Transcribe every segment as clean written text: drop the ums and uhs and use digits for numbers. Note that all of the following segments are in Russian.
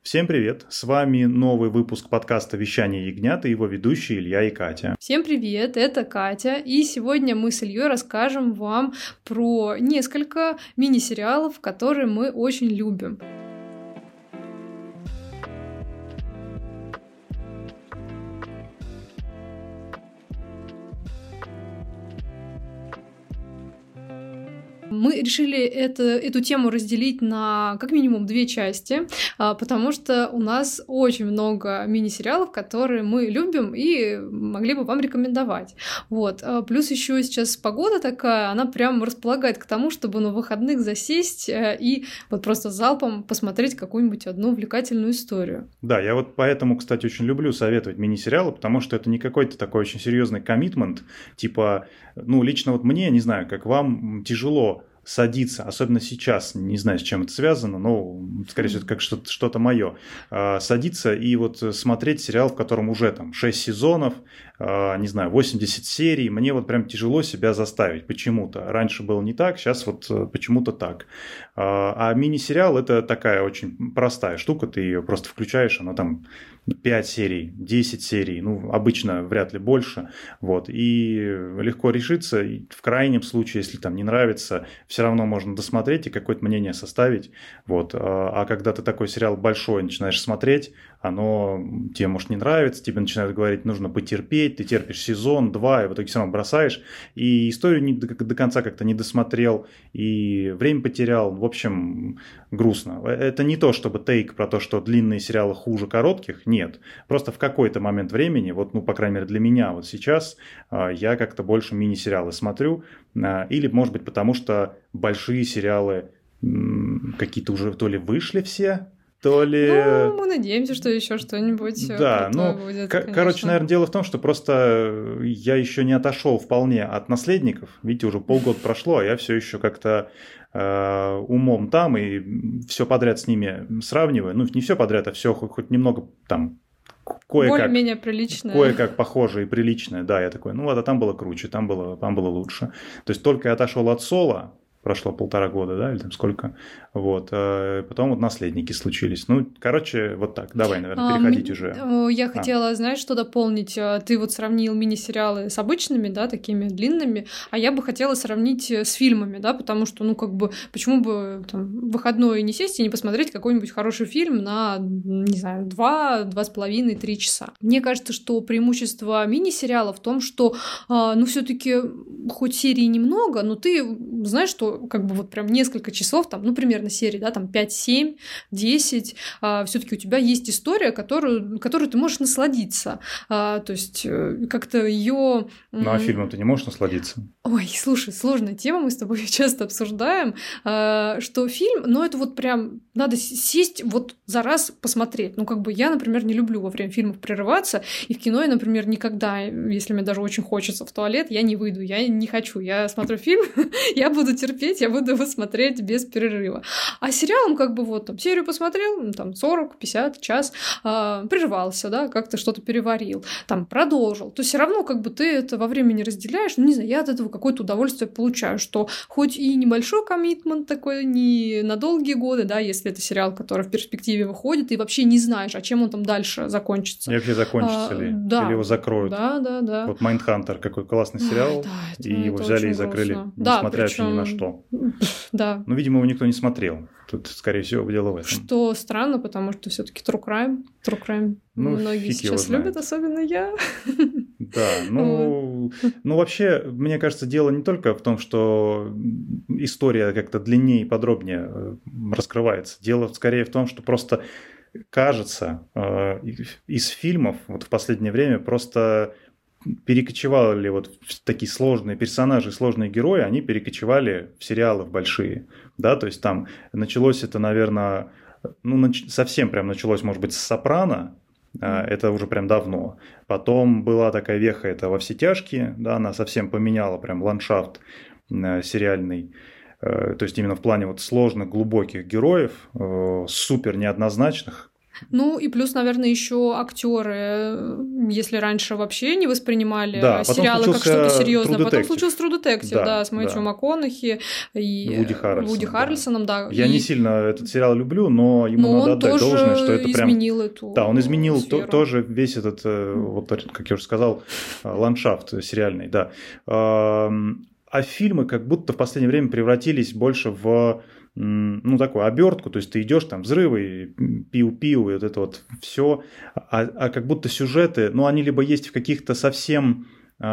Всем привет! С вами новый выпуск подкаста «Вещание ягнят» и его ведущие Илья и Катя. Всем привет, это Катя, и сегодня мы с Ильей расскажем вам про несколько мини-сериалов, которые мы очень любим. Мы решили эту тему разделить на как минимум две части, потому что у нас очень много мини-сериалов, которые мы любим и могли бы вам рекомендовать. Вот. Плюс еще сейчас погода такая, она прям располагает к тому, чтобы на выходных засесть и вот просто залпом посмотреть какую-нибудь одну увлекательную историю. Да, я вот поэтому, кстати, очень люблю советовать мини-сериалы, потому что это не какой-то такой очень серьезный коммитмент, типа, лично вот мне, не знаю, как вам, тяжело садиться, особенно сейчас, не знаю, с чем это связано, но, скорее всего, это как что-то мое, садиться и вот смотреть сериал, в котором уже там 6 сезонов, не знаю, 80 серий, мне вот прям тяжело себя заставить почему-то. Раньше было не так, сейчас вот почему-то так. А мини-сериал – это такая очень простая штука, ты ее просто включаешь, она там 5 серий, 10 серий, обычно вряд ли больше, вот, и легко решиться, и в крайнем случае, если там не нравится, все равно можно досмотреть и какое-то мнение составить, вот, а когда ты такой сериал большой начинаешь смотреть, оно тебе может не нравиться, тебе начинают говорить, нужно потерпеть, ты терпишь сезон, 2, и в итоге все равно бросаешь, и историю до конца как-то не досмотрел, и время потерял, в общем, грустно. Это не то, чтобы тейк про то, что длинные сериалы хуже коротких, нет. Просто в какой-то момент времени, вот, по крайней мере, для меня вот сейчас, я как-то больше мини-сериалы смотрю, или, может быть, потому что большие сериалы какие-то уже то ли вышли все, то ли... мы надеемся, что еще что-нибудь да, будет, короче, наверное, дело в том, что просто я еще не отошел вполне от «Наследников». Видите, уже полгода прошло, а я все еще как-то умом там и все подряд с ними сравниваю. Не все подряд, а все хоть немного там более-менее приличное. Кое-как похожее и приличное. Да, я такой, а там было круче, там было лучше. То есть только я отошел от «Соло», прошло 1,5 года, да, или там сколько, вот, потом вот «Наследники» случились. Короче, вот так, давай, наверное, переходить уже. Я хотела, знаешь, что дополнить? Ты вот сравнил мини-сериалы с обычными, да, такими длинными, а я бы хотела сравнить с фильмами, да, потому что, почему бы там выходной не сесть и не посмотреть какой-нибудь хороший фильм на, не знаю, 2,5-3 часа. Мне кажется, что преимущество мини-сериала в том, что, все-таки хоть серии немного, но ты знаешь, что вот прям несколько часов, там, примерно серии, да, там 5, 7, 10, все-таки у тебя есть история, которую ты можешь насладиться. То есть как-то ее... А фильмом ты не можешь насладиться? Ой, слушай, сложная тема, мы с тобой часто обсуждаем, что фильм, это вот прям надо сесть вот за раз посмотреть. Я, например, не люблю во время фильмов прерываться, и в кино я, например, никогда, если мне даже очень хочется в туалет, я не выйду, я не хочу. Я смотрю фильм, я буду терпеть, я буду его смотреть без перерыва. А сериалом серию посмотрел, 40, 50, час, прервался, да, как-то что-то переварил, продолжил. То все равно ты это во времени разделяешь, не знаю, я от этого какое-то удовольствие получаю, что хоть и небольшой коммитмент такой, не на долгие годы, да, если это сериал, который в перспективе выходит, и вообще не знаешь, а чем он там дальше закончится. И вообще закончится ли? Да. Или его закроют? Да. Вот «Майндхантер» какой классный сериал, и его взяли и закрыли, грустно. несмотря вообще ни на что. Да. Видимо, его никто не смотрел. Тут, скорее всего, дело в этом. Что странно, потому что все-таки True Crime. True Crime многие сейчас любят, особенно я. Да, вообще, мне кажется, дело не только в том, что история как-то длиннее и подробнее раскрывается. Дело скорее в том, что просто кажется, из фильмов вот в последнее время просто перекочевали вот такие сложные персонажи, сложные герои, они перекочевали в сериалы в большие, да, то есть там началось это, наверное, совсем прям началось, может быть, с «Сопрано», это уже прям давно. Потом была такая веха, это «Во все тяжкие», да, она совсем поменяла прям ландшафт сериальный. То есть именно в плане вот сложных, глубоких героев, супер неоднозначных. Ну и плюс, наверное, еще актеры, если раньше вообще не воспринимали сериалы как что-то серьезное, потом случился True Detective, да, с Мэтью МакКонахи и Вуди Харрельсоном, да. Я не сильно этот сериал люблю, но ему надо отдать должное, что это прям... изменил эту Да, он изменил тоже весь этот, вот как я уже сказал, ландшафт сериальный, да. А фильмы как будто в последнее время превратились больше в такую обертку, то есть ты идешь там взрывы, пиу-пиу, и вот это вот все, а как будто сюжеты, они либо есть в каких-то совсем...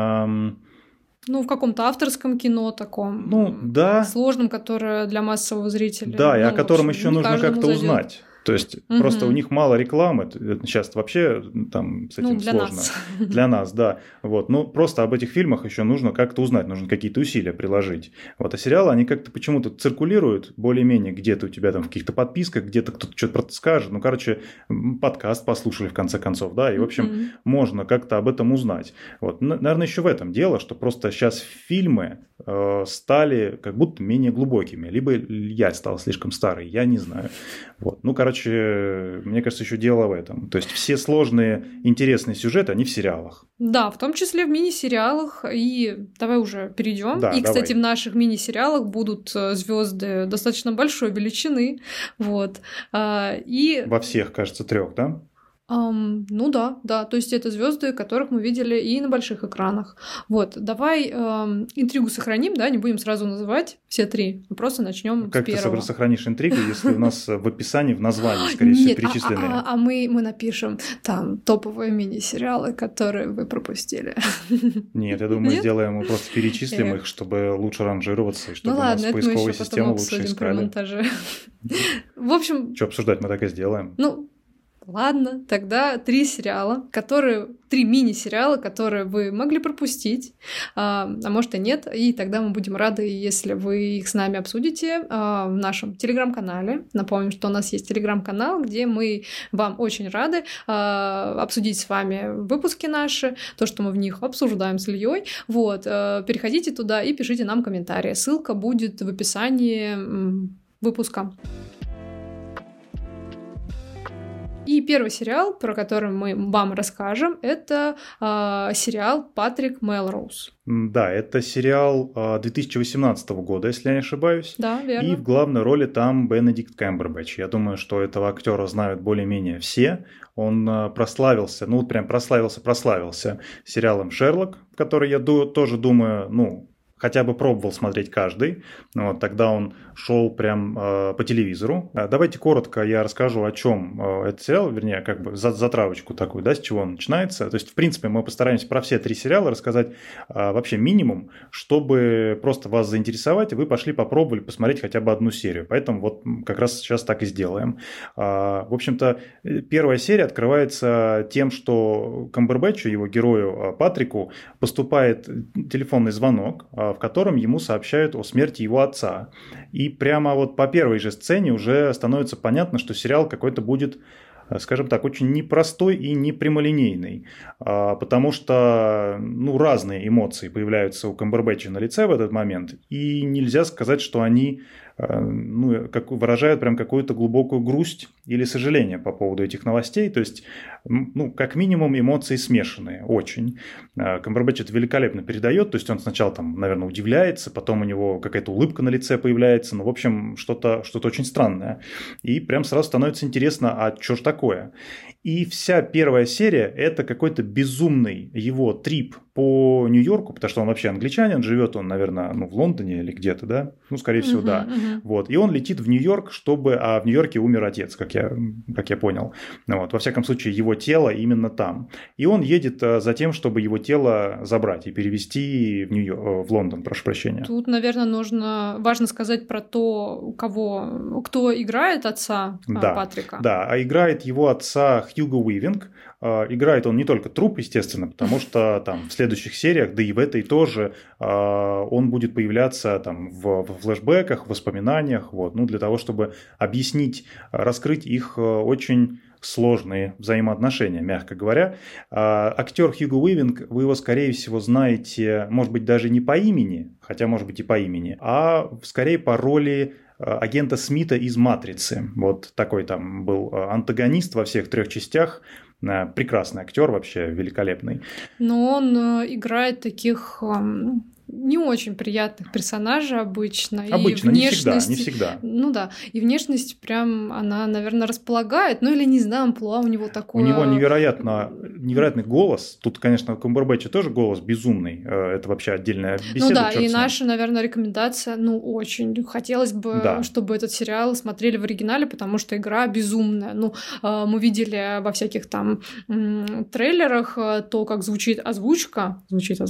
в каком-то авторском кино таком, сложном, которое для массового зрителя. Да, и о котором еще нужно как-то узнать. То есть просто у них мало рекламы, сейчас вообще там с этим сложно. Для нас, да. Вот. Просто об этих фильмах еще нужно как-то узнать, нужно какие-то усилия приложить. Вот. А сериалы, они как-то почему-то циркулируют более-менее где-то у тебя там в каких-то подписках, где-то кто-то что-то про это скажет. Подкаст послушали в конце концов, да, и, в общем, можно как-то об этом узнать. Вот. Наверное, еще в этом дело, что просто сейчас фильмы стали как будто менее глубокими. Либо я стал слишком старый, я не знаю. Вот. Мне кажется, еще дело в этом. То есть все сложные, интересные сюжеты, они в сериалах. Да, в том числе в мини-сериалах. И давай уже перейдем. Да, кстати, в наших мини-сериалах будут звезды достаточно большой величины. Вот. Во всех, кажется, 3, да? Да. То есть это звезды, которых мы видели и на больших экранах. Вот, давай интригу сохраним, да, не будем сразу называть все 3, просто начнем с первого. Как ты сохранишь интригу, если у нас в описании, в названии, скорее всего, перечислены? Мы напишем там топовые мини-сериалы, которые вы пропустили. Нет, я думаю, мы просто перечислим их, чтобы лучше ранжироваться, и чтобы у нас поисковые системы лучше искали. В общем... Что обсуждать, мы так и сделаем. Ладно, тогда 3 мини-сериала, которые вы могли пропустить, а может и нет, и тогда мы будем рады, если вы их с нами обсудите в нашем телеграм-канале. Напомним, что у нас есть телеграм-канал, где мы вам очень рады обсудить с вами выпуски наши, то, что мы в них обсуждаем с Ильей. Вот, переходите туда и пишите нам комментарии. Ссылка будет в описании выпуска. И первый сериал, про который мы вам расскажем, это сериал «Патрик Мелроуз». Да, это сериал 2018 года, если я не ошибаюсь. Да, верно. И в главной роли там Бенедикт Камбербэтч. Я думаю, что этого актера знают более-менее все. Он прославился сериалом «Шерлок», который я тоже думаю, хотя бы пробовал смотреть каждый. Вот, тогда он шел прям по телевизору. Давайте коротко я расскажу, о чем этот сериал, вернее, как бы затравочку такую, да, с чего он начинается. То есть, в принципе, мы постараемся про все 3 сериала рассказать вообще минимум, чтобы просто вас заинтересовать, и вы пошли попробовали посмотреть хотя бы одну серию. Поэтому вот как раз сейчас так и сделаем. В общем-то, первая серия открывается тем, что Камбербэтчу, его герою Патрику, поступает телефонный звонок, в котором ему сообщают о смерти его отца. И прямо вот по первой же сцене уже становится понятно, что сериал какой-то будет, скажем так, очень непростой и непрямолинейный, потому что разные эмоции появляются у Камбербэтча на лице в этот момент, и нельзя сказать, что они выражают прям какую-то глубокую грусть или сожаление по поводу этих новостей. То есть, как минимум, эмоции смешанные, очень. Камбербэтч это великолепно передает, то есть он сначала там, наверное, удивляется, потом у него какая-то улыбка на лице появляется, в общем, что-то очень странное. И прям сразу становится интересно, а что ж такое? И вся первая серия – это какой-то безумный его трип по Нью-Йорку, потому что он вообще англичанин, живет он, наверное, в Лондоне или где-то, да? Скорее всего, да. Вот. И он летит в Нью-Йорк, а в Нью-Йорке умер отец, как я понял. Вот. Во всяком случае, его тело именно там. И он едет за тем, чтобы его тело забрать и перевезти в Лондон, прошу прощения. Тут, наверное, важно сказать про то, кто играет отца Патрика. Да, а играет его отца Хьюго Уивинг. Играет он не только труп, естественно, потому что там в следующих сериях, да и в этой тоже, он будет появляться там в флешбеках, в воспоминаниях, для того, чтобы объяснить, раскрыть их очень сложные взаимоотношения, мягко говоря. Актер Хьюго Уивинг, вы его, скорее всего, знаете, может быть, даже не по имени, хотя, может быть, и по имени, а скорее по роли агента Смита из «Матрицы». Вот такой там был антагонист во всех 3 частях. Прекрасный актер, вообще великолепный. Но он играет таких не очень приятных персонажей обычно. Обычно, и внешность, не всегда. Ну да, и внешность прям, она, наверное, располагает, ну или не знаю, амплуа у него такое. У него невероятный голос. Тут, конечно, у Камбербэтча тоже голос безумный. Это вообще отдельная беседа. Ну да, и наша, наверное, рекомендация, очень хотелось бы, чтобы этот сериал смотрели в оригинале, потому что игра безумная. Мы видели во всяких там трейлерах то, как звучит озвучка,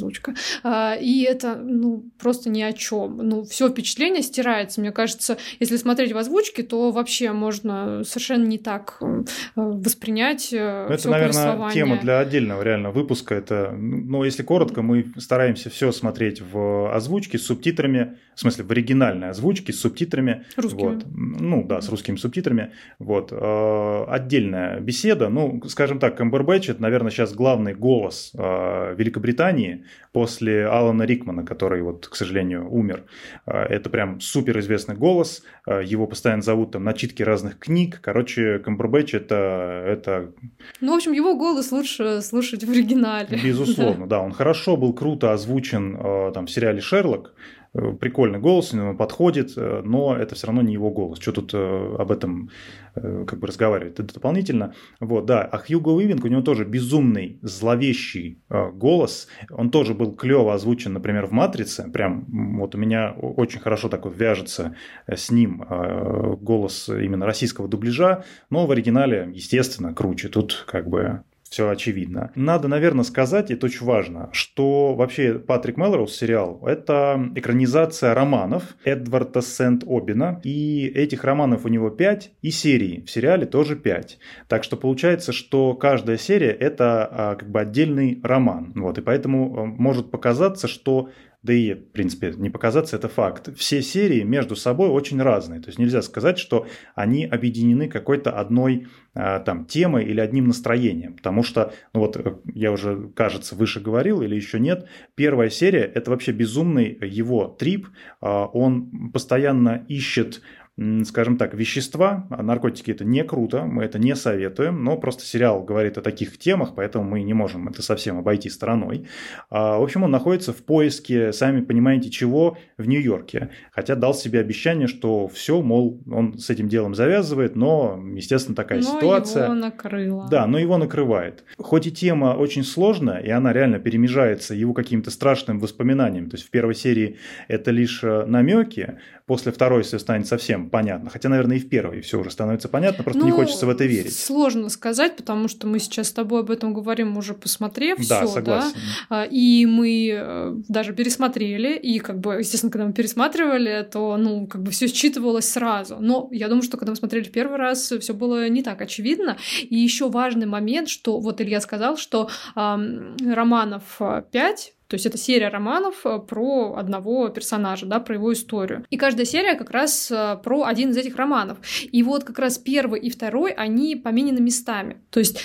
и это просто ни о чем. Все впечатление стирается. Мне кажется, если смотреть в озвучке, то вообще можно совершенно не так воспринять все повествование. Это, наверное, тема для отдельного реально выпуска. Это, если коротко, мы стараемся все смотреть в озвучке с субтитрами, в смысле в оригинальной озвучке с субтитрами. Русскими. С русскими субтитрами. Отдельная беседа. Скажем так, Камбербэтч — это, наверное, сейчас главный голос Великобритании после Алана Рикмана, который, к сожалению, умер. Это прям суперизвестный голос. Его постоянно зовут там на читки разных книг. Короче, Камбербэтч — это... в общем, его голос лучше слушать в оригинале. Безусловно, да. Он хорошо был, круто озвучен в сериале «Шерлок». Прикольный голос, ему подходит, но это все равно не его голос. Что тут об этом разговаривать? Это дополнительно. А Хьюго Уивинг, у него тоже безумный, зловещий голос. Он тоже был клево озвучен, например, в «Матрице». Прям у меня очень хорошо так вяжется с ним голос именно российского дубляжа, но в оригинале, естественно, круче. Тут все очевидно. Надо, наверное, сказать, и это очень важно, что вообще Патрик Мелроуз сериал – это экранизация романов Эдварда Сент-Обина, и этих романов у него 5, и серий в сериале тоже 5. Так что получается, что каждая серия – это отдельный роман. И поэтому может показаться, что да и, в принципе, не показаться, это факт. Все серии между собой очень разные. То есть нельзя сказать, что они объединены какой-то одной темой или одним настроением. Потому что, я уже, кажется, выше говорил или еще нет, первая серия – это вообще безумный его трип. Он постоянно ищет, скажем так, вещества. Наркотики — это не круто, мы это не советуем, но просто сериал говорит о таких темах, поэтому мы не можем это совсем обойти стороной. В общем, он находится в поиске, сами понимаете, чего, в Нью-Йорке. Хотя дал себе обещание, что все, мол, он с этим делом завязывает, но, естественно, такая ситуация. Но его накрыло. Да, но его накрывает. Хоть и тема очень сложная, и она реально перемежается его каким-то страшным воспоминанием. То есть в первой серии это лишь намеки, после второй все станет совсем понятно. Хотя, наверное, и в первой все уже становится понятно, просто не хочется в это верить. Сложно сказать, потому что мы сейчас с тобой об этом говорим, уже посмотрев все, согласен. Да? И мы даже пересмотрели, и естественно, когда мы пересматривали, то все считывалось сразу. Но я думаю, что когда мы смотрели в первый раз, все было не так очевидно. И еще важный момент, что Илья сказал, что романов 5. То есть это серия романов про одного персонажа, да, про его историю. И каждая серия как раз про один из этих романов. И как раз первый и второй, они поменены местами. То есть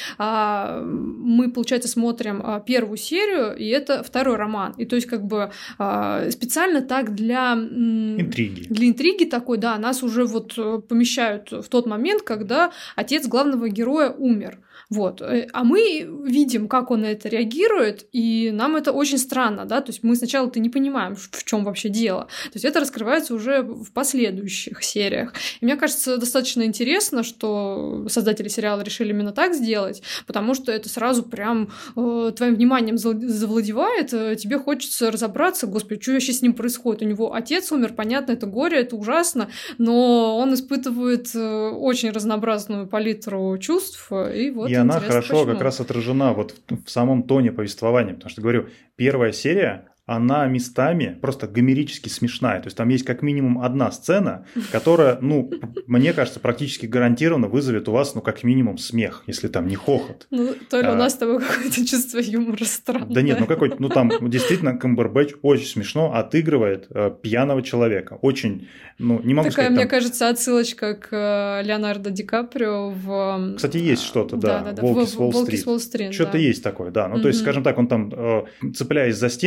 мы, получается, смотрим первую серию, и это второй роман. И то есть специально так для интриги. Для интриги такой, да, нас уже помещают в тот момент, когда отец главного героя умер. А мы видим, как он на это реагирует, и нам это очень странно, да, то есть мы сначала-то не понимаем, в чем вообще дело. То есть это раскрывается уже в последующих сериях. И мне кажется, достаточно интересно, что создатели сериала решили именно так сделать, потому что это сразу прям твоим вниманием завладевает, тебе хочется разобраться, господи, что вообще с ним происходит? У него отец умер, понятно, это горе, это ужасно, но он испытывает очень разнообразную палитру чувств, и она хорошо как раз отражена в самом тоне повествования, потому что, говорю, первая серия, она местами просто гомерически смешная. То есть там есть как минимум одна сцена, которая, мне кажется, практически гарантированно вызовет у вас, как минимум, смех, если там не хохот. То ли у нас с тобой какое-то чувство юмора странное. Да нет, какой-то, там действительно Камбербэтч очень смешно отыгрывает пьяного человека. Очень, не могу сказать. Мне кажется, отсылочка к Леонардо Ди Каприо в... Кстати, есть что-то, да. «Волки с Уолл-стрит». Что-то есть такое, да. То есть, скажем так, он там, цепляясь за стены, пытается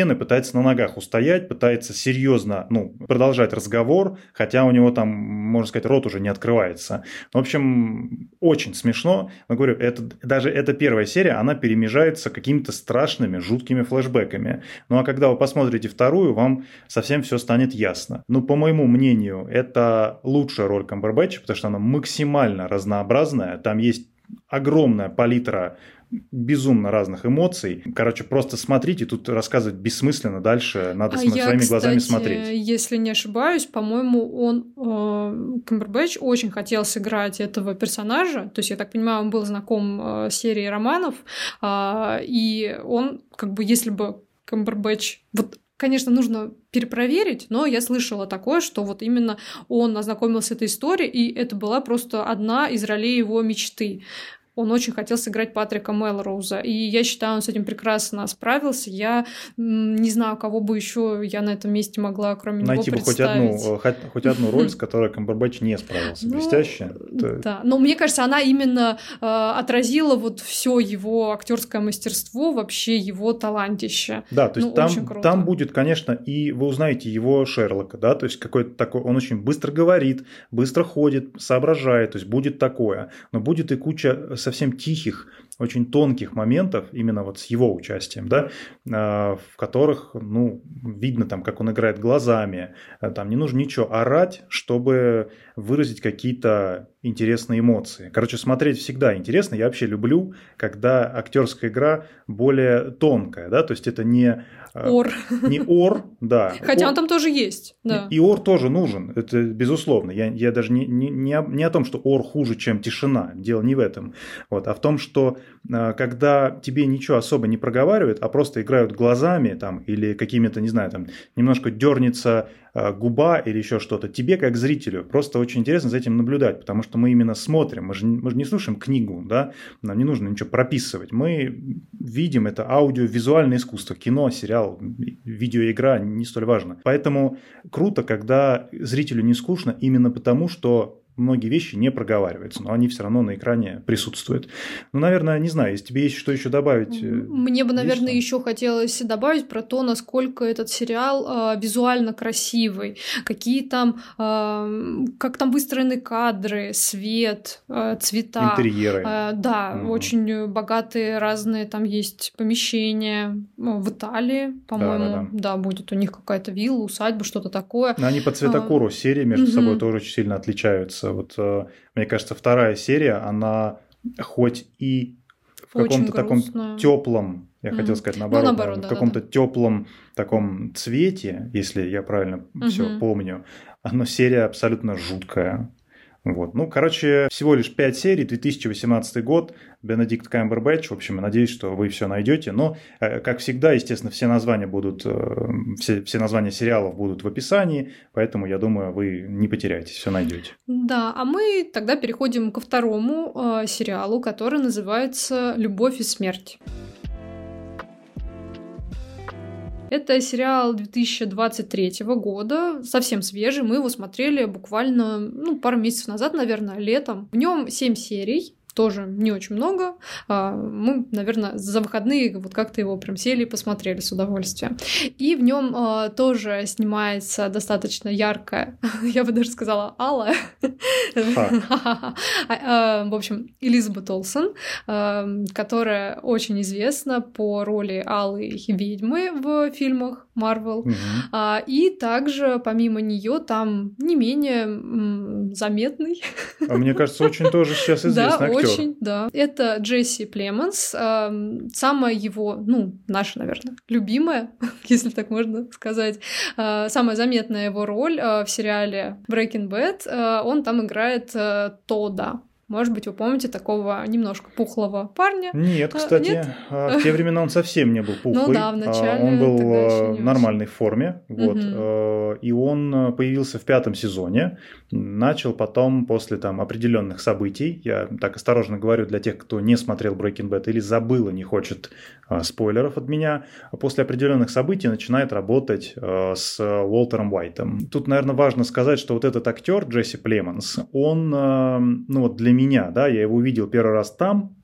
пытается на ногах устоять, пытается серьезно, продолжать разговор, хотя у него там, можно сказать, рот уже не открывается. В общем, очень смешно. Но говорю, даже эта первая серия, она перемежается какими-то страшными, жуткими флешбэками. Ну а когда вы посмотрите вторую, вам совсем все станет ясно. По моему мнению, это лучшая роль Камбербэтча, потому что она максимально разнообразная. Там есть огромная палитра безумно разных эмоций. Короче, просто смотрите, тут рассказывать бессмысленно, дальше надо своими глазами смотреть. Если не ошибаюсь, по-моему, Камбербэтч очень хотел сыграть этого персонажа, то есть, я так понимаю, он был знаком с серией романов, и он, если бы Камбербэтч... Конечно, нужно перепроверить, но я слышала такое, что вот именно он ознакомился с этой историей, и это была просто одна из ролей его мечты. Он очень хотел сыграть Патрика Мелроуза, и я считаю, он с этим прекрасно справился. Я не знаю, кого бы еще я на этом месте могла, кроме него, представить. Найти бы хоть одну роль, с которой Камбербэтч не справился. Блестяще. Да, но мне кажется, она именно отразила вот все его актерское мастерство, вообще его талантище. Да, то есть там будет, конечно, и вы узнаете его Шерлока, да, то есть какой-то такой, он очень быстро говорит, быстро ходит, соображает, то есть будет такое, но будет и куча совсем тихих, очень тонких моментов, именно вот с его участием, да, в которых, видно там, как он играет глазами, там не нужно ничего орать, чтобы выразить какие-то интересные эмоции. Короче, смотреть всегда интересно. Я вообще люблю, когда актерская игра более тонкая, да, то есть это не ор. Не ор, да. Хотя он там тоже есть, да. И ор тоже нужен, это безусловно. Я даже не о том, что ор хуже, чем тишина. Дело не в этом. А в том, что когда тебе ничего особо не проговаривают, а просто играют глазами там, или какими-то, не знаю, там, немножко дернется губа или еще что-то, тебе как зрителю просто очень интересно за этим наблюдать, потому что мы именно смотрим, мы же не слушаем книгу, да, нам не нужно ничего прописывать, мы видим это аудиовизуальное искусство, кино, сериал, видеоигра, не столь важно. Поэтому круто, когда зрителю не скучно именно потому, что многие вещи не проговариваются, но они все равно на экране присутствуют. Наверное, не знаю, если тебе есть что еще добавить. Мне бы, наверное, еще хотелось добавить про то, насколько этот сериал визуально красивый, какие там, как там выстроены кадры, свет, цвета. Интерьеры. Да, очень богатые разные там есть помещения. В Италии, по-моему, да, будет у них какая-то вилла, усадьба, что-то такое. Но они по цветокуру серии между собой тоже очень сильно отличаются. Мне кажется, вторая серия, она хоть и в каком-то таком теплом, я хотел сказать наоборот, в каком-то теплом таком цвете, если я правильно все помню, но серия абсолютно жуткая. Всего лишь 5 серий, 2018 год, Бенедикт Камбербэтч. В общем, я надеюсь, что вы все найдете. Но, как всегда, естественно, все названия сериалов будут в описании, поэтому, я думаю, вы не потеряетесь, все найдете. Да, а мы тогда переходим ко второму сериалу, который называется «Любовь и смерть». Это сериал 2023 года, совсем свежий. Мы его смотрели буквально пару месяцев назад, наверное, летом. В нем 7 серий. Тоже не очень много. Мы, наверное, за выходные как-то его прям сели и посмотрели с удовольствием. И в нем тоже снимается достаточно яркая, я бы даже сказала, алая. В общем, Элизабет Олсен, которая очень известна по роли алой ведьмы в фильмах Марвел. И также, помимо нее, там не менее заметный. Мне кажется, очень тоже сейчас известный актер. Очень, да. Это Джесси Племонс, самая его, наша, наверное, любимая, если так можно сказать, самая заметная его роль в сериале Breaking Bad. Он там играет Тодда. Может быть, вы помните такого немножко пухлого парня? Нет, кстати, нет? В те времена он совсем не был пухлый. Ну да, вначале. Он был в нормальной форме. И он появился в 5 сезоне. Начал потом, после определенных событий, я так осторожно говорю для тех, кто не смотрел Breaking Bad или забыл и не хочет спойлеров от меня, после определенных событий начинает работать с Уолтером Уайтом. Тут, наверное, важно сказать, что вот этот актер Джесси Племонс, он, для меня, да, я его увидел первый раз там,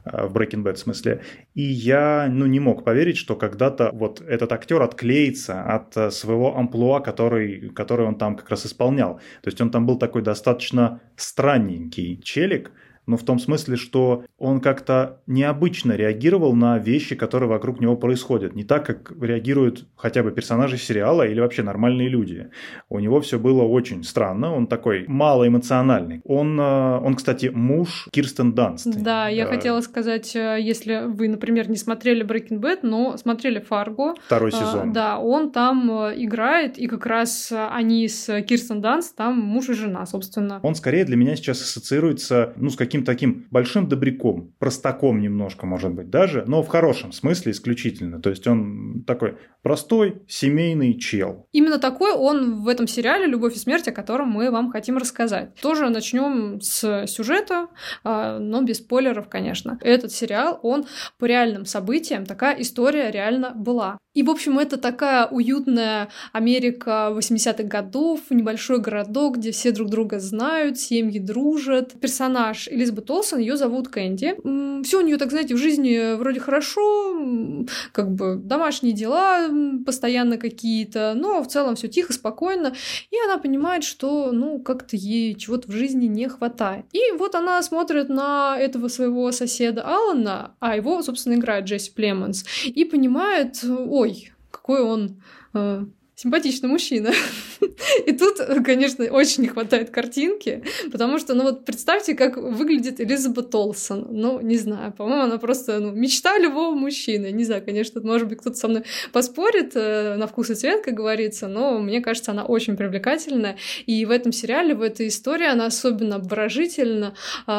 в Breaking Bad в смысле. И я, не мог поверить, что когда-то вот этот актер отклеится от своего амплуа, который он там как раз исполнял. То есть он там был такой достаточно странненький челик, но в том смысле, что он как-то необычно реагировал на вещи, которые вокруг него происходят. Не так, как реагируют хотя бы персонажи сериала или вообще нормальные люди. У него все было очень странно, он такой малоэмоциональный. Он, кстати, муж Кирстен Данст. Да, я хотела сказать, если вы, например, не смотрели Breaking Bad, но смотрели Фарго. Второй сезон. Да, он там играет, и как раз они с Кирстен Данст там муж и жена, собственно. Он скорее для меня сейчас ассоциируется, с каким-то таким большим добряком, простаком немножко, может быть, даже, но в хорошем смысле исключительно. То есть он такой простой семейный чел. Именно такой он в этом сериале «Любовь и смерть», о котором мы вам хотим рассказать. Тоже начнем с сюжета, но без спойлеров, конечно. Этот сериал, он по реальным событиям, такая история реально была. И, в общем, это такая уютная Америка 80-х годов, небольшой городок, где все друг друга знают, семьи дружат. Персонаж Элизабет Олсен, ее зовут Кэнди. Все у нее, так знаете, в жизни вроде хорошо, как бы домашние дела постоянно какие-то, но в целом все тихо, спокойно. И она понимает, что, как-то ей чего-то в жизни не хватает. И вот она смотрит на этого своего соседа Алана, а его, собственно, играет Джесси Племонс, и понимает, ой, какой он симпатичный мужчина. И тут, конечно, очень не хватает картинки, потому что, представьте, как выглядит Элизабет Олсен. Не знаю, по-моему, она просто, мечта любого мужчины. Не знаю, конечно, может быть, кто-то со мной поспорит на вкус и цвет, как говорится, но мне кажется, она очень привлекательная. И в этом сериале, в этой истории она особенно обворожительна.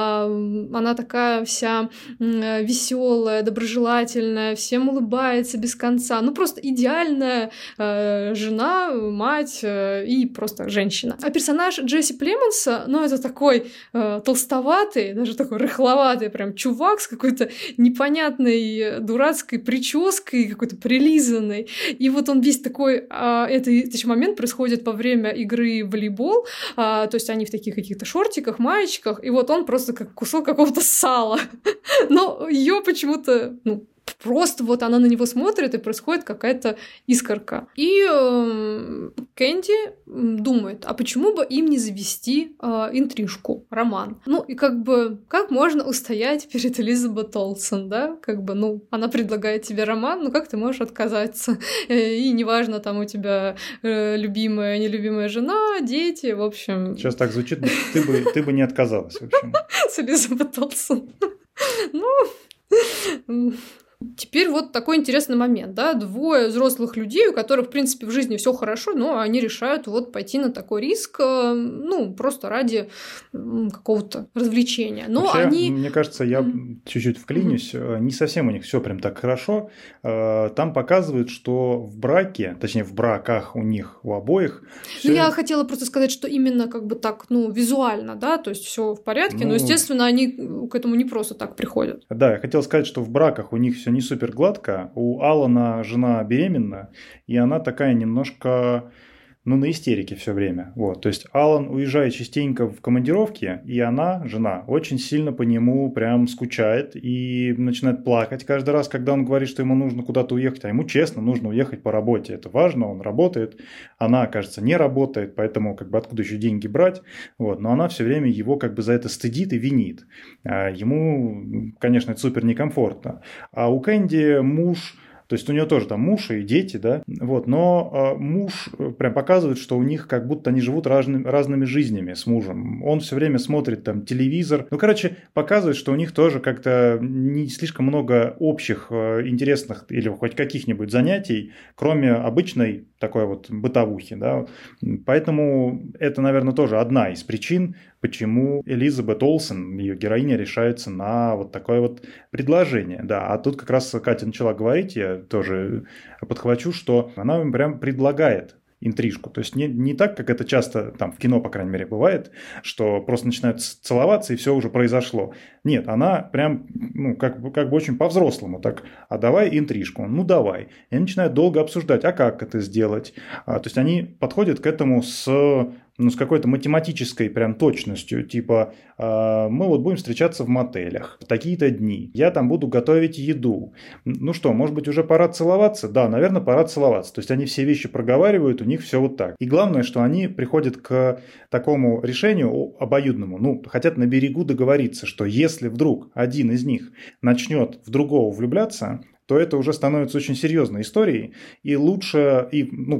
Она такая вся веселая, доброжелательная, всем улыбается без конца. Просто идеальная жена, мать и просто женщина. А персонаж Джесси Племонса, это такой толстоватый, даже такой рыхловатый прям чувак с какой-то непонятной дурацкой прической, какой-то прилизанной. И вот он весь такой... Этот еще момент происходит во время игры в волейбол, то есть они в таких каких-то шортиках, маечках, и вот он просто как кусок какого-то сала. Но ее почему-то... Просто вот она на него смотрит, и происходит какая-то искорка. И Кэнди думает, а почему бы им не завести интрижку, роман? И как можно устоять перед Элизабет Олсен, да? Она предлагает тебе роман, как ты можешь отказаться? И неважно, там у тебя любимая, нелюбимая жена, дети, в общем... Сейчас так звучит, ты бы не отказалась, в общем. С Элизабет Олсен. Теперь вот такой интересный момент, да, двое взрослых людей, у которых, в принципе, в жизни все хорошо, но они решают вот пойти на такой риск, просто ради какого-то развлечения. Но вообще, мне кажется, я чуть-чуть вклинюсь, не совсем у них все прям так хорошо. Там показывают, что в браке, точнее в браках у них, у обоих... Я хотела просто сказать, что именно так, визуально, да, то есть все в порядке, но, естественно, они к этому не просто так приходят. Да, я хотел сказать, что в браках у них все не супер гладко. У Алана жена беременна, и она такая немножко, на истерике все время. Вот. То есть Алан уезжает частенько в командировки, и она, жена, очень сильно по нему прям скучает и начинает плакать каждый раз, когда он говорит, что ему нужно куда-то уехать, а ему честно нужно уехать по работе. Это важно, он работает. Она, кажется, не работает, поэтому откуда еще деньги брать. Вот. Но она все время его за это стыдит и винит. Ему, конечно, это супер некомфортно. А у Кэнди муж... То есть у нее тоже там муж и дети, да, вот, но муж прям показывает, что у них как будто они живут разными жизнями с мужем. Он все время смотрит там телевизор. Показывает, что у них тоже как-то не слишком много общих, интересных или хоть каких-нибудь занятий, кроме обычной такой вот бытовухи, да. Поэтому это, наверное, тоже одна из причин, почему Элизабет Олсен, ее героиня, решается на вот такое вот предложение. Да, а тут как раз Катя начала говорить, я тоже подхвачу, что она им прям предлагает интрижку. То есть не так, как это часто там в кино, по крайней мере, бывает, что просто начинают целоваться и все уже произошло. Нет, она прям, как бы очень по-взрослому так, а давай интрижку. Давай. И они начинают долго обсуждать, а как это сделать. То есть они подходят к этому с ну, с какой-то математической прям точностью, типа мы вот будем встречаться в мотелях в такие-то дни, я там буду готовить еду. Ну что, может быть, уже пора целоваться? Да, наверное, пора целоваться. То есть они все вещи проговаривают, у них все вот так. И главное, что они приходят к такому решению обоюдному, ну, хотят на берегу договориться, что если вдруг один из них начнет в другого влюбляться, то это уже становится очень серьезной историей, и лучше,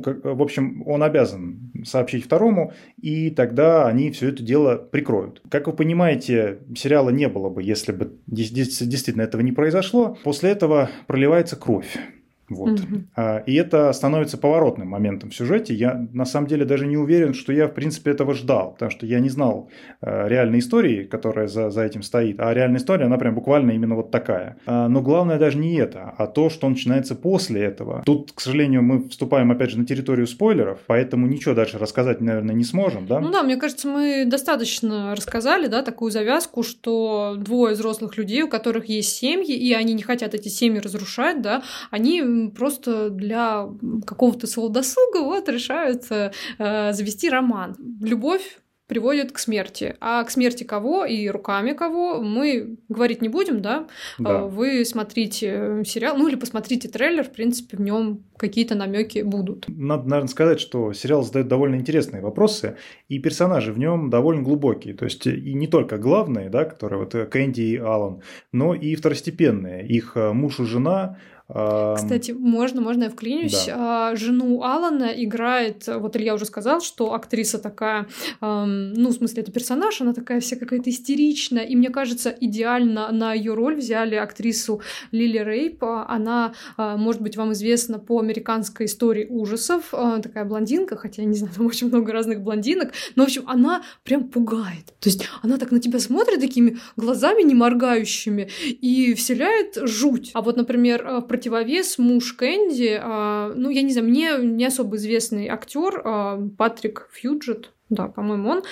в общем, он обязан сообщить второму, и тогда они все это дело прикроют. Как вы понимаете, сериала не было бы, если бы действительно этого не произошло. После этого проливается кровь. Вот. И это становится поворотным моментом в сюжете. Я на самом деле даже не уверен, что я в принципе этого ждал, потому что я не знал реальной истории, которая за этим стоит. А реальная история, она прям буквально именно вот такая. Но главное даже не это, а то, что начинается после этого. Тут, к сожалению, мы вступаем опять же на территорию спойлеров, поэтому ничего дальше рассказать, наверное, не сможем, да? Ну да, мне кажется, мы достаточно рассказали, да, такую завязку, что двое взрослых людей, у которых есть семьи, и они не хотят эти семьи разрушать, да, они просто для какого-то своего досуга вот решают завести роман. Любовь приводит к смерти. А к смерти кого и руками кого мы говорить не будем, да? Да. Вы смотрите сериал, ну или посмотрите трейлер, в принципе, в нем какие-то намеки будут. Надо, наверное, сказать, что сериал задает довольно интересные вопросы, и персонажи в нем довольно глубокие. То есть и не только главные, да, которые вот Кэнди и Алан, но и второстепенные. Их муж и жена. Кстати, можно я вклинюсь? Да. Жену Алана играет, вот Илья уже сказал, что актриса такая, ну, в смысле, это персонаж, она такая вся какая-то истеричная, и мне кажется, идеально на ее роль взяли актрису Лили Рейп. Она, может быть, вам известна по американской истории ужасов, такая блондинка, хотя я не знаю, там очень много разных блондинок, но, в общем, она прям пугает. То есть она так на тебя смотрит такими глазами не моргающими и вселяет жуть. А вот, например, в противовес муж Кэнди, ну, я не знаю, мне не особо известный актер Патрик Фьюджет, да, по-моему, он,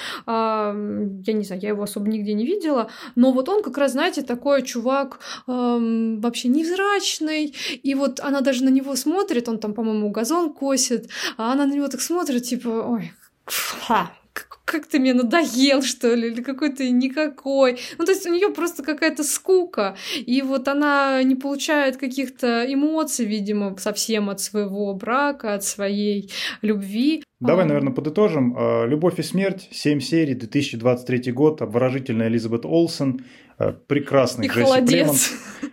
я не знаю, я его особо нигде не видела, но вот он как раз, знаете, такой чувак вообще невзрачный, и вот она даже на него смотрит, он там, по-моему, газон косит, а она на него так смотрит, типа, ой, как ты мне надоел, что ли, или какой ты никакой. Ну, то есть у нее просто какая-то скука, и вот она не получает каких-то эмоций, видимо, совсем от своего брака, от своей любви. Давай, наверное, подытожим. «Любовь и смерть», 7 серий, 2023 год, обворожительная Элизабет Олсен, прекрасный Джесси Племонт.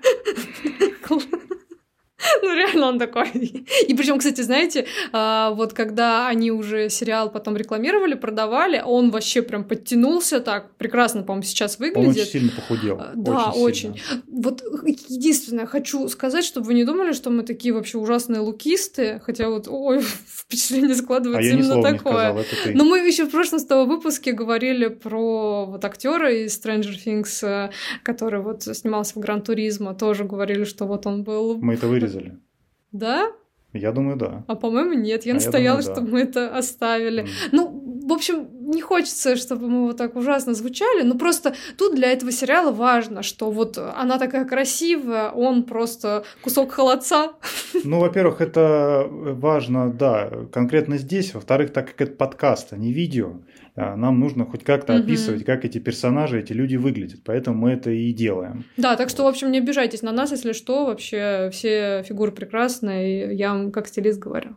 Ну, реально он такой. И причем, кстати, знаете, вот когда они уже сериал потом рекламировали, продавали, он вообще прям подтянулся так, прекрасно, по-моему, сейчас выглядит. Он очень сильно похудел. Да, очень. Вот единственное, хочу сказать, чтобы вы не думали, что мы такие вообще ужасные лукисты, хотя вот, ой, впечатление складывается именно такое. Сказал, это ты. Но мы еще в прошлом с тобой выпуске говорили про вот актера из Stranger Things, который вот снимался в Гран-туризмо, тоже говорили, что вот он был... Мы это вырезали. Да? Я думаю, да. А по-моему, нет. Я настояла, чтобы мы это оставили. Ну, в общем, не хочется, чтобы мы вот так ужасно звучали, но просто тут для этого сериала важно, что вот она такая красивая, он просто кусок холодца. Ну, во-первых, это важно, да, конкретно здесь. Во-вторых, так как это подкаст, а не видео, нам нужно хоть как-то описывать, как эти персонажи, эти люди выглядят. Поэтому мы это и делаем. Да, так что, в общем, не обижайтесь на нас, если что. Вообще все фигуры прекрасные, я вам как стилист говорю.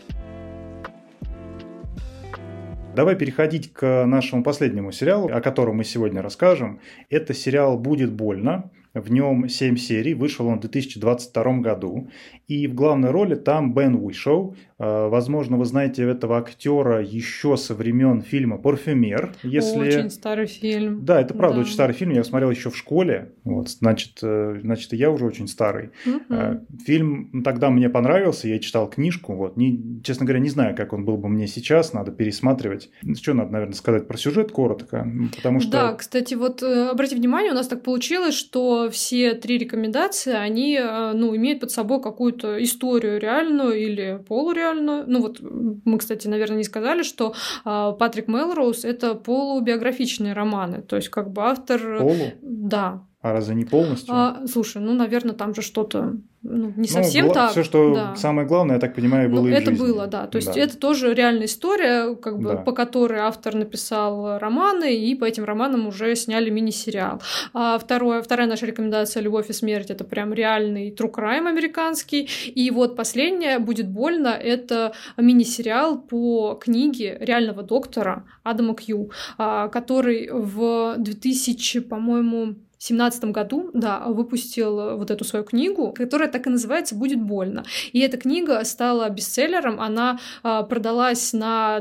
Давай переходить к нашему последнему сериалу, о котором мы сегодня расскажем. Это сериал «Будет больно». В нем 7 серий, вышел он в 2022 году. И в главной роли там Бен Уишоу. Возможно, вы знаете этого актера еще со времен фильма «Парфюмер». Если... Очень старый фильм. Да, это правда очень старый фильм. Я его смотрел еще в школе. Вот, значит, и я уже очень старый. Фильм тогда мне понравился, я читал книжку. Вот. Честно говоря, не знаю, как он был бы мне сейчас. Надо пересматривать. Что надо, наверное, сказать про сюжет коротко? Потому что... Да, кстати, вот обратите внимание, у нас так получилось, что все 3 рекомендации, они, имеют под собой какую-то историю реальную или полуреальную. Ну вот мы, кстати, наверное, не сказали, что Патрик Мелроуз — это полубиографичные романы. То есть как бы автор... Полу? Да. А разве не полностью? Слушай, ну, наверное, там же что-то не совсем так. Все, что самое главное, я так понимаю, было и в это жизни. было, да. То есть это тоже реальная история, как бы, по которой автор написал романы, и по этим романам уже сняли мини-сериал. Вторая наша рекомендация «Любовь и смерть» — это прям реальный true crime американский. И вот последняя «Будет больно» — это мини-сериал по книге реального доктора Адама Кью, который в 2000, по-моему, в 2017 году, выпустил вот эту свою книгу, которая так и называется «Будет больно». И эта книга стала бестселлером, она продалась на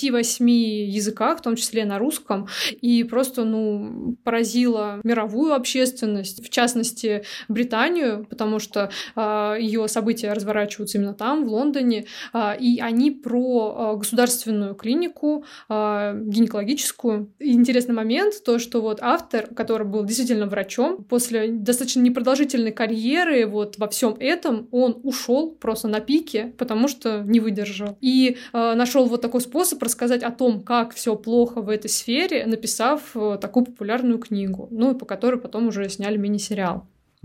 28 языках, в том числе на русском, и просто, поразила мировую общественность, в частности, Британию, потому что ее события разворачиваются именно там, в Лондоне, и они про государственную клинику гинекологическую. И интересный момент, то, что вот автор, который был действительно врачом, после достаточно непродолжительной карьеры вот во всем этом он ушел просто на пике, потому что не выдержал. И нашел вот такой способ рассказать о том, как все плохо в этой сфере, написав такую популярную книгу, и по которой потом уже сняли мини-сериал.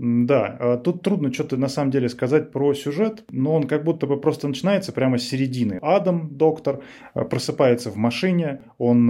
Да, тут трудно что-то на самом деле сказать про сюжет, но он как будто бы просто начинается прямо с середины. Адам, доктор, просыпается в машине, он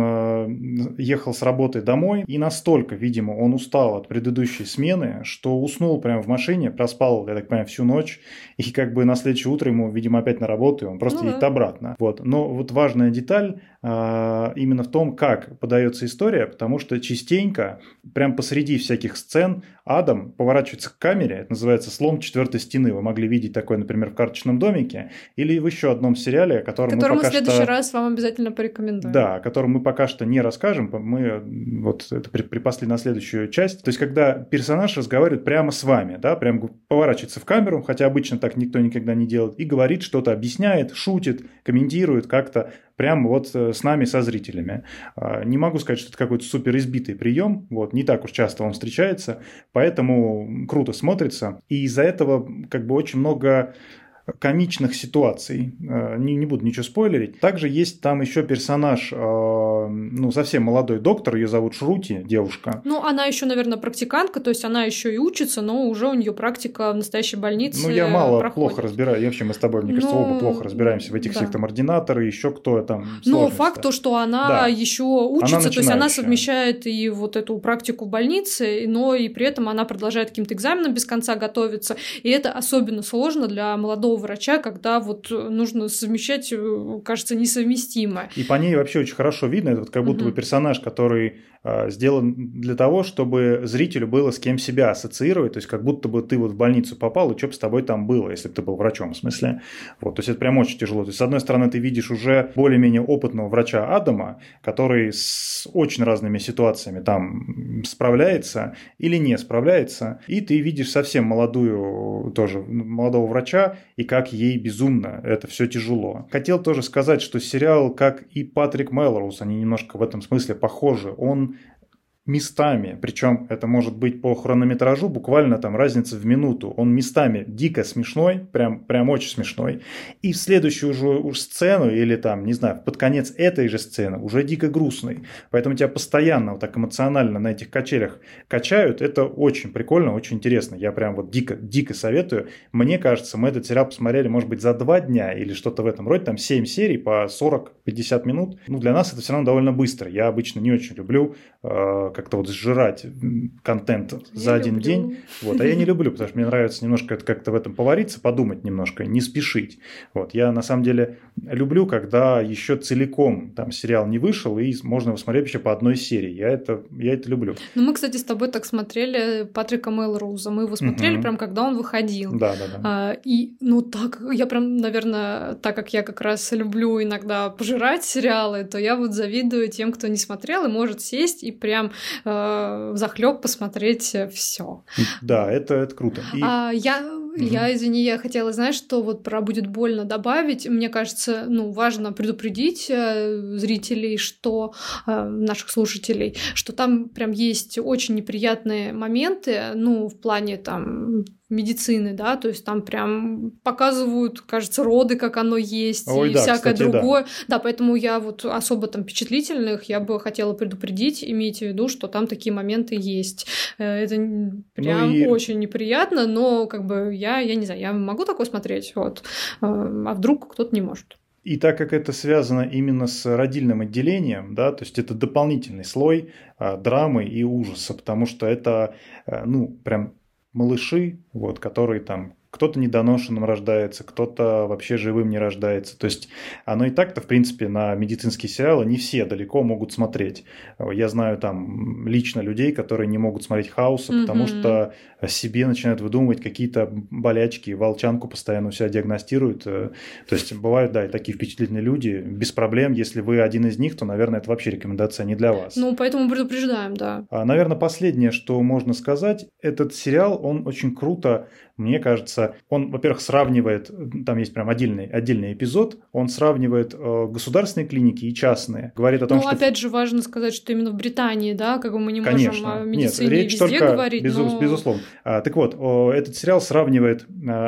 ехал с работы домой, и настолько, видимо, он устал от предыдущей смены, что уснул прямо в машине, проспал, я так понимаю, всю ночь, и как бы на следующее утро ему, видимо, опять на работу, и он просто едет обратно. Вот. Но вот важная деталь именно в том, как подается история, потому что частенько, прям посреди всяких сцен, Адам поворачивается к камере, это называется «Слом четвертой стены». Вы могли видеть такое, например, в «Карточном домике» или в еще одном сериале, о котором мы в следующий раз вам обязательно порекомендуем. Да, о котором мы пока что не расскажем, мы вот это припасли на следующую часть. То есть, когда персонаж разговаривает прямо с вами, да, прям поворачивается в камеру, хотя обычно так никто никогда не делает, и говорит что-то, объясняет, шутит, комментирует как-то прямо вот с нами, со зрителями. Не могу сказать, что это какой-то супер избитый прием, вот, не так уж часто он встречается, поэтому круто смотрится. И из-за этого как бы очень много комичных ситуаций. Не буду ничего спойлерить. Также есть там еще персонаж, совсем молодой доктор, ее зовут Шрути, девушка. Она еще, наверное, практикантка, то есть она еще и учится, но уже у нее практика в настоящей больнице. Я плохо разбираюсь. И вообще мы с тобой, мне кажется, оба плохо разбираемся в этих всех там ординаторы, еще кто там. Но факт то, что она еще учится, то есть она совмещает и вот эту практику в больнице, но и при этом она продолжает каким-то экзаменам без конца готовиться. И это особенно сложно для молодого врача, когда вот нужно совмещать, кажется, несовместимое. И по ней вообще очень хорошо видно, это вот как будто бы персонаж, который сделан для того, чтобы зрителю было с кем себя ассоциировать, то есть как будто бы ты вот в больницу попал, и что бы с тобой там было, если бы ты был врачом, в смысле. Вот, то есть это прям очень тяжело. То есть с одной стороны ты видишь уже более-менее опытного врача Адама, который с очень разными ситуациями там справляется или не справляется, и ты видишь совсем молодого врача, и как ей безумно это все тяжело. Хотел тоже сказать, что сериал, как и Патрик Мелроуз, они немножко в этом смысле похожи. Он местами, причем это может быть по хронометражу буквально там разница в минуту, он местами дико смешной, прям очень смешной, и в следующую же сцену или там, не знаю, под конец этой же сцены уже дико грустный, поэтому тебя постоянно вот так эмоционально на этих качелях качают, это очень прикольно, очень интересно, я прям вот дико советую. Мне кажется, мы этот сериал посмотрели, может быть, за 2 дня или что-то в этом роде, там 7 серий по 40-50 минут, для нас это все равно довольно быстро, я обычно не очень люблю как-то вот сжирать контент за один день. Вот. А я не люблю, потому что мне нравится немножко как-то в этом повариться, подумать немножко, не спешить. Вот. Я на самом деле люблю, когда еще целиком там сериал не вышел, и можно его смотреть еще по одной серии. Я это люблю. Мы, кстати, с тобой так смотрели Патрика Мелроуза. Мы его смотрели прям когда он выходил. Да. И так, я прям, наверное, так как я как раз люблю иногда пожирать сериалы, то я вот завидую тем, кто не смотрел и может сесть и прям взахлёб посмотреть все. Да, это круто. Я Я хотела, знаешь, что вот про «Будет больно» добавить. Мне кажется, важно предупредить зрителей, наших слушателей, что там прям есть очень неприятные моменты, в плане там медицины, да, то есть там прям показывают, кажется, роды, как оно есть, и всякое другое. Да, поэтому я вот особо там впечатлительных я бы хотела предупредить, имейте в виду, что там такие моменты есть. Это прям очень неприятно, но как бы я не знаю, я могу такое смотреть, вот, а вдруг кто-то не может. И так как это связано именно с родильным отделением, да, то есть это дополнительный слой драмы и ужаса, потому что это, прям малыши, вот, которые там кто-то недоношенным рождается, кто-то вообще живым не рождается. То есть оно и так-то, в принципе, на медицинские сериалы не все далеко могут смотреть. Я знаю там лично людей, которые не могут смотреть «Хауса», потому что себе начинают выдумывать какие-то болячки, волчанку постоянно у себя диагностируют. То есть бывают, да, и такие впечатлительные люди, без проблем. Если вы один из них, то, наверное, это вообще рекомендация не для вас. Поэтому предупреждаем, да. Наверное, последнее, что можно сказать, этот сериал, он очень круто, мне кажется, он, во-первых, сравнивает, там есть прям отдельный эпизод, он сравнивает государственные клиники и частные. Говорит о том, что... опять же, важно сказать, что именно в Британии, да, как бы мы не можем о медицине речь везде только, говорить. Безусловно. Так вот, этот сериал сравнивает,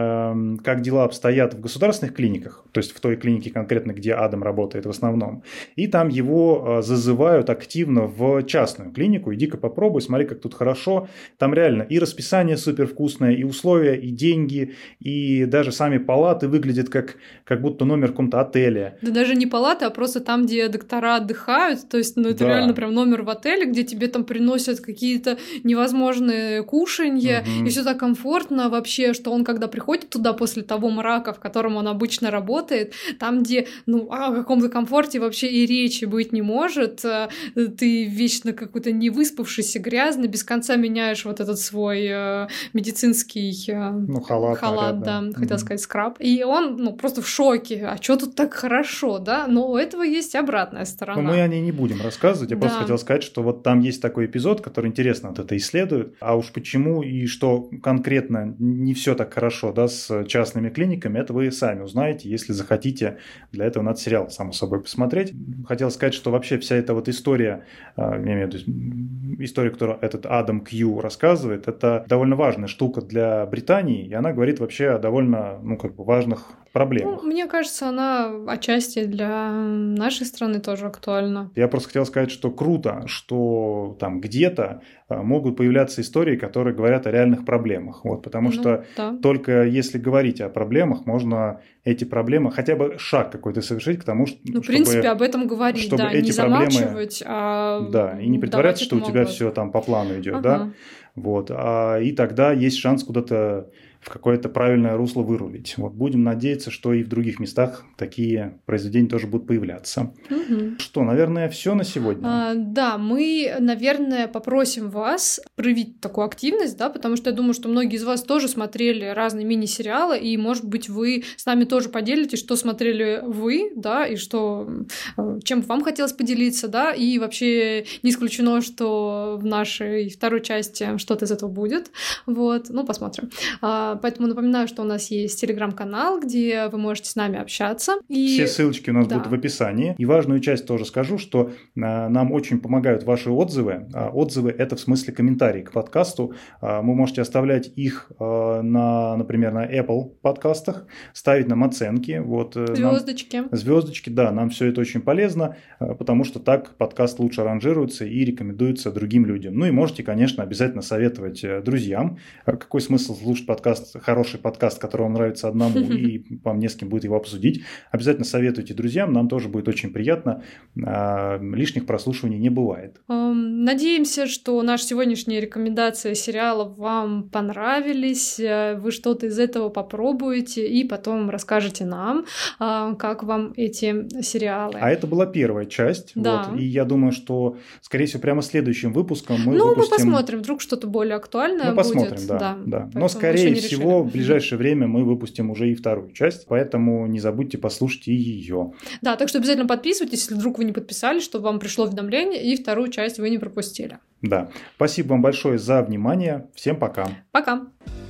как дела обстоят в государственных клиниках, то есть в той клинике конкретно, где Адам работает в основном, и там его зазывают активно в частную клинику. Иди-ка попробуй, смотри, как тут хорошо. Там реально и расписание супервкусное, и условия, и деньги, и даже сами палаты выглядят как будто номер в каком-то отеле. Да даже не палаты, а просто там, где доктора отдыхают, то есть, это реально прям номер в отеле, где тебе там приносят какие-то невозможные кушанья, и все так комфортно вообще, что он, когда приходит туда после того мрака, в котором он обычно работает, там, где, о каком-то комфорте вообще и речи быть не может, ты вечно какой-то невыспавшийся, грязный, без конца меняешь вот этот свой медицинский халат, да, хотела сказать скраб. И он, просто в шоке. А что тут так хорошо, да? Но у этого есть обратная сторона. Мы о ней не будем рассказывать. Я просто хотел сказать, что вот там есть такой эпизод, который интересно вот это исследует. А уж почему и что конкретно не все так хорошо, да, с частными клиниками, это вы сами узнаете, если захотите. Для этого надо сериал, само собой, посмотреть. Хотел сказать, что вообще вся эта вот история, я имею в виду историю, которую этот Адам Кью рассказывает, это довольно важная штука для Британии, и она говорит вообще о довольно, важных проблемах. Мне кажется, она отчасти для нашей страны тоже актуальна. Я просто хотел сказать, что круто, что там где-то могут появляться истории, которые говорят о реальных проблемах. Вот, потому что только если говорить о проблемах, можно эти проблемы, хотя бы шаг какой-то совершить к тому, что... в принципе, об этом говорить, чтобы да, эти не замалчивать, и не притворяться, что у тебя все там по плану идет, да? Вот, и тогда есть шанс куда-то в какое-то правильное русло вырулить. Вот, будем надеяться, что и в других местах такие произведения тоже будут появляться. Что, наверное, все на сегодня? Да, мы, наверное, попросим вас проявить такую активность, да, потому что я думаю, что многие из вас тоже смотрели разные мини-сериалы, и, может быть, вы с нами тоже поделитесь, что смотрели вы, да, и что, чем вам хотелось поделиться, да, и вообще не исключено, что в нашей второй части что-то из этого будет. Вот, посмотрим. Поэтому напоминаю, что у нас есть телеграм-канал, где вы можете с нами общаться. И... Все ссылочки у нас будут в описании. И важную часть тоже скажу, что нам очень помогают ваши отзывы. Отзывы — это в смысле комментарии к подкасту. Вы можете оставлять их, например, на Apple подкастах, ставить нам оценки. Звездочки. Звездочки, да, нам все это очень полезно, потому что так подкаст лучше ранжируется и рекомендуется другим людям. И можете, конечно, обязательно советовать друзьям. Какой смысл слушать хороший подкаст, который вам нравится одному, и вам не с кем будет его обсудить. Обязательно советуйте друзьям, нам тоже будет очень приятно. Лишних прослушиваний не бывает. Надеемся, что наши сегодняшние рекомендации сериалов вам понравились, вы что-то из этого попробуете и потом расскажете нам, как вам эти сериалы. А это была первая часть. Да. Вот, и я думаю, что, скорее всего, прямо следующим выпуском мы выпустим... мы посмотрим, вдруг что-то более актуальное будет. Мы посмотрим, да. Но, скорее всего, в ближайшее время мы выпустим уже и вторую часть, поэтому не забудьте послушать и ее. Да, так что обязательно подписывайтесь, если вдруг вы не подписались, чтобы вам пришло уведомление, и вторую часть вы не пропустили. Да. Спасибо вам большое за внимание. Всем пока. Пока.